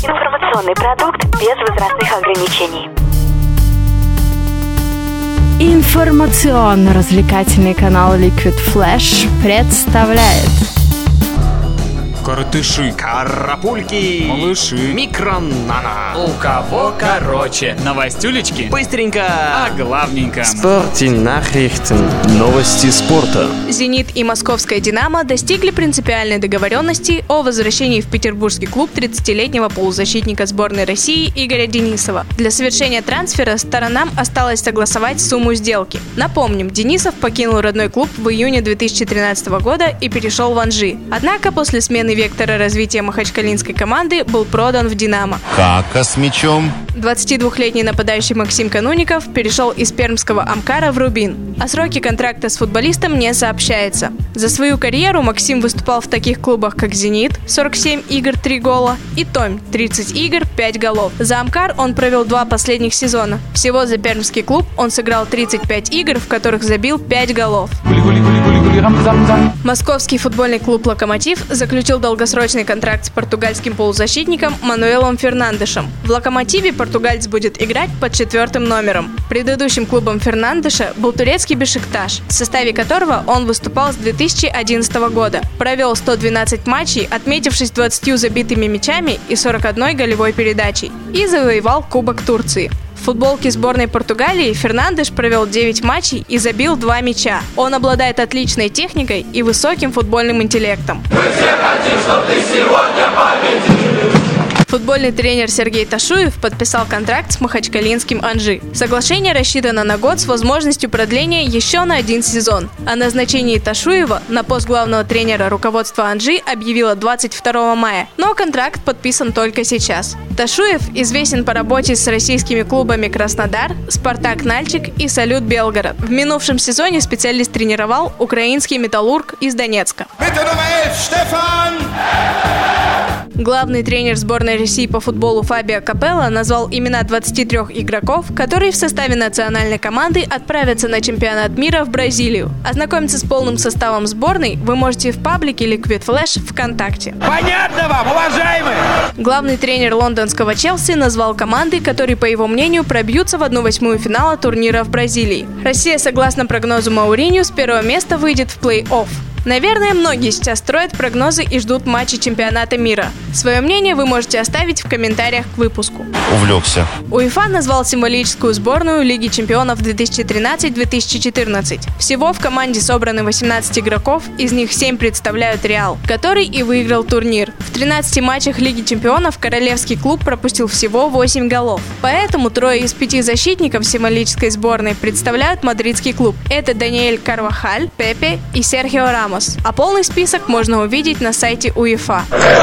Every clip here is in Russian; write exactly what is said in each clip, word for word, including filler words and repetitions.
Информационный продукт без возрастных ограничений. Информационно-развлекательный канал Liquid Flash представляет Коротыши, карапульки, малыши, микронана. У кого короче? Новостюлечки? Быстренько, а главненько. Спортнахрихтен. Новости спорта. «Зенит» и московская «Динамо» достигли принципиальной договоренности о возвращении в петербургский клуб тридцатилетнего полузащитника сборной России Игоря Денисова. Для совершения трансфера сторонам осталось согласовать сумму сделки. Напомним, Денисов покинул родной клуб в июне две тысячи тринадцатого года и перешел в Анжи. Однако после смены вектора развития махачкалинской команды был продан в «Динамо». Кака с мячом. двадцатидвухлетний нападающий Максим Кануников перешел из пермского «Амкара» в «Рубин». О сроке контракта с футболистом не сообщается. За свою карьеру Максим выступал в таких клубах, как «Зенит» – сорок семь игр, три гола, и «Томь» – тридцать игр, пять голов. За «Амкар» он провел два последних сезона. Всего за пермский клуб он сыграл тридцать пять игр, в которых забил пять голов. Московский футбольный клуб «Локомотив» заключил долгосрочный контракт с португальским полузащитником Мануэлом Фернандешем. В «Локомотиве» португалец будет играть под четвертым номером. Предыдущим клубом Фернандеша был турецкий «Бешикташ», в составе которого он выступал с две тысячи одиннадцатого года. Провел сто двенадцать матчей, отметившись двадцатью забитыми мячами и сорок одной голевой передачей. И завоевал Кубок Турции. В футболке сборной Португалии Фернандеш провел девять матчей и забил два мяча. Он обладает отличной техникой и высоким футбольным интеллектом. Мы все хотим, чтобы ты сегодня победил. Футбольный тренер Сергей Ташуев подписал контракт с махачкалинским «Анжи». Соглашение рассчитано на год с возможностью продления еще на один сезон. О назначении Ташуева на пост главного тренера руководства «Анжи» объявило двадцать второго мая, но контракт подписан только сейчас. Ташуев известен по работе с российскими клубами «Краснодар», «Спартак Нальчик» и «Салют Белгород». В минувшем сезоне специалист тренировал украинский «Металлург» из Донецка. Главный тренер сборной России по футболу Фабио Капелло назвал имена двадцати трёх игроков, которые в составе национальной команды отправятся на чемпионат мира в Бразилию. Ознакомиться с полным составом сборной вы можете в паблике Liquid Flash ВКонтакте. Понятно вам, уважаемые! Главный тренер лондонского Челси назвал команды, которые, по его мнению, пробьются в одну восьмую финала турнира в Бразилии. Россия, согласно прогнозу Мауриньо, с первого места выйдет в плей-офф. Наверное, многие сейчас строят прогнозы и ждут матчей чемпионата мира. Свое мнение вы можете оставить в комментариях к выпуску. Увлекся. УЕФА назвал символическую сборную Лиги чемпионов две тысячи тринадцать - две тысячи четырнадцать. Всего в команде собраны восемнадцать игроков, из них семь представляют Реал, который и выиграл турнир. В тринадцати матчах Лиги чемпионов королевский клуб пропустил всего восемь голов. Поэтому трое из пяти защитников символической сборной представляют мадридский клуб. Это Даниэль Карвахаль, Пепе и Серхио Рамос. А полный список можно увидеть на сайте УЕФА.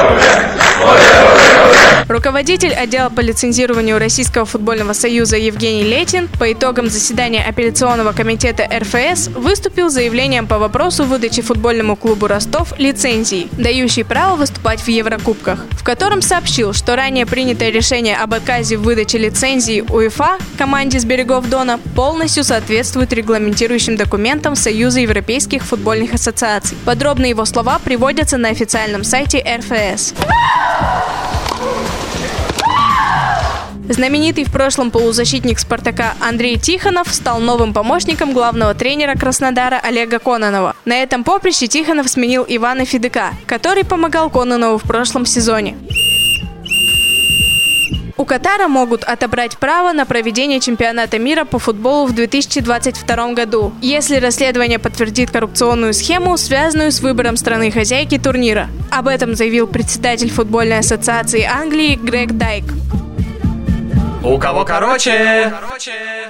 Руководитель отдела по лицензированию Российского футбольного союза Евгений Летин по итогам заседания апелляционного комитета эр эф эс выступил с заявлением по вопросу выдачи футбольному клубу Ростов лицензии, дающей право выступать в Еврокубках, в котором сообщил, что ранее принятое решение об отказе в выдаче лицензии УЕФА команде с берегов Дона полностью соответствует регламентирующим документам Союза европейских футбольных ассоциаций. Подробные его слова приводятся на официальном сайте эр эф эс. Знаменитый в прошлом полузащитник «Спартака» Андрей Тихонов стал новым помощником главного тренера Краснодара Олега Кононова. На этом поприще Тихонов сменил Ивана Федыка, который помогал Кононову в прошлом сезоне. У Катара могут отобрать право на проведение чемпионата мира по футболу в две тысячи двадцать втором году, если расследование подтвердит коррупционную схему, связанную с выбором страны-хозяйки турнира. Об этом заявил председатель футбольной ассоциации Англии Грег Дайк. У кого короче? короче.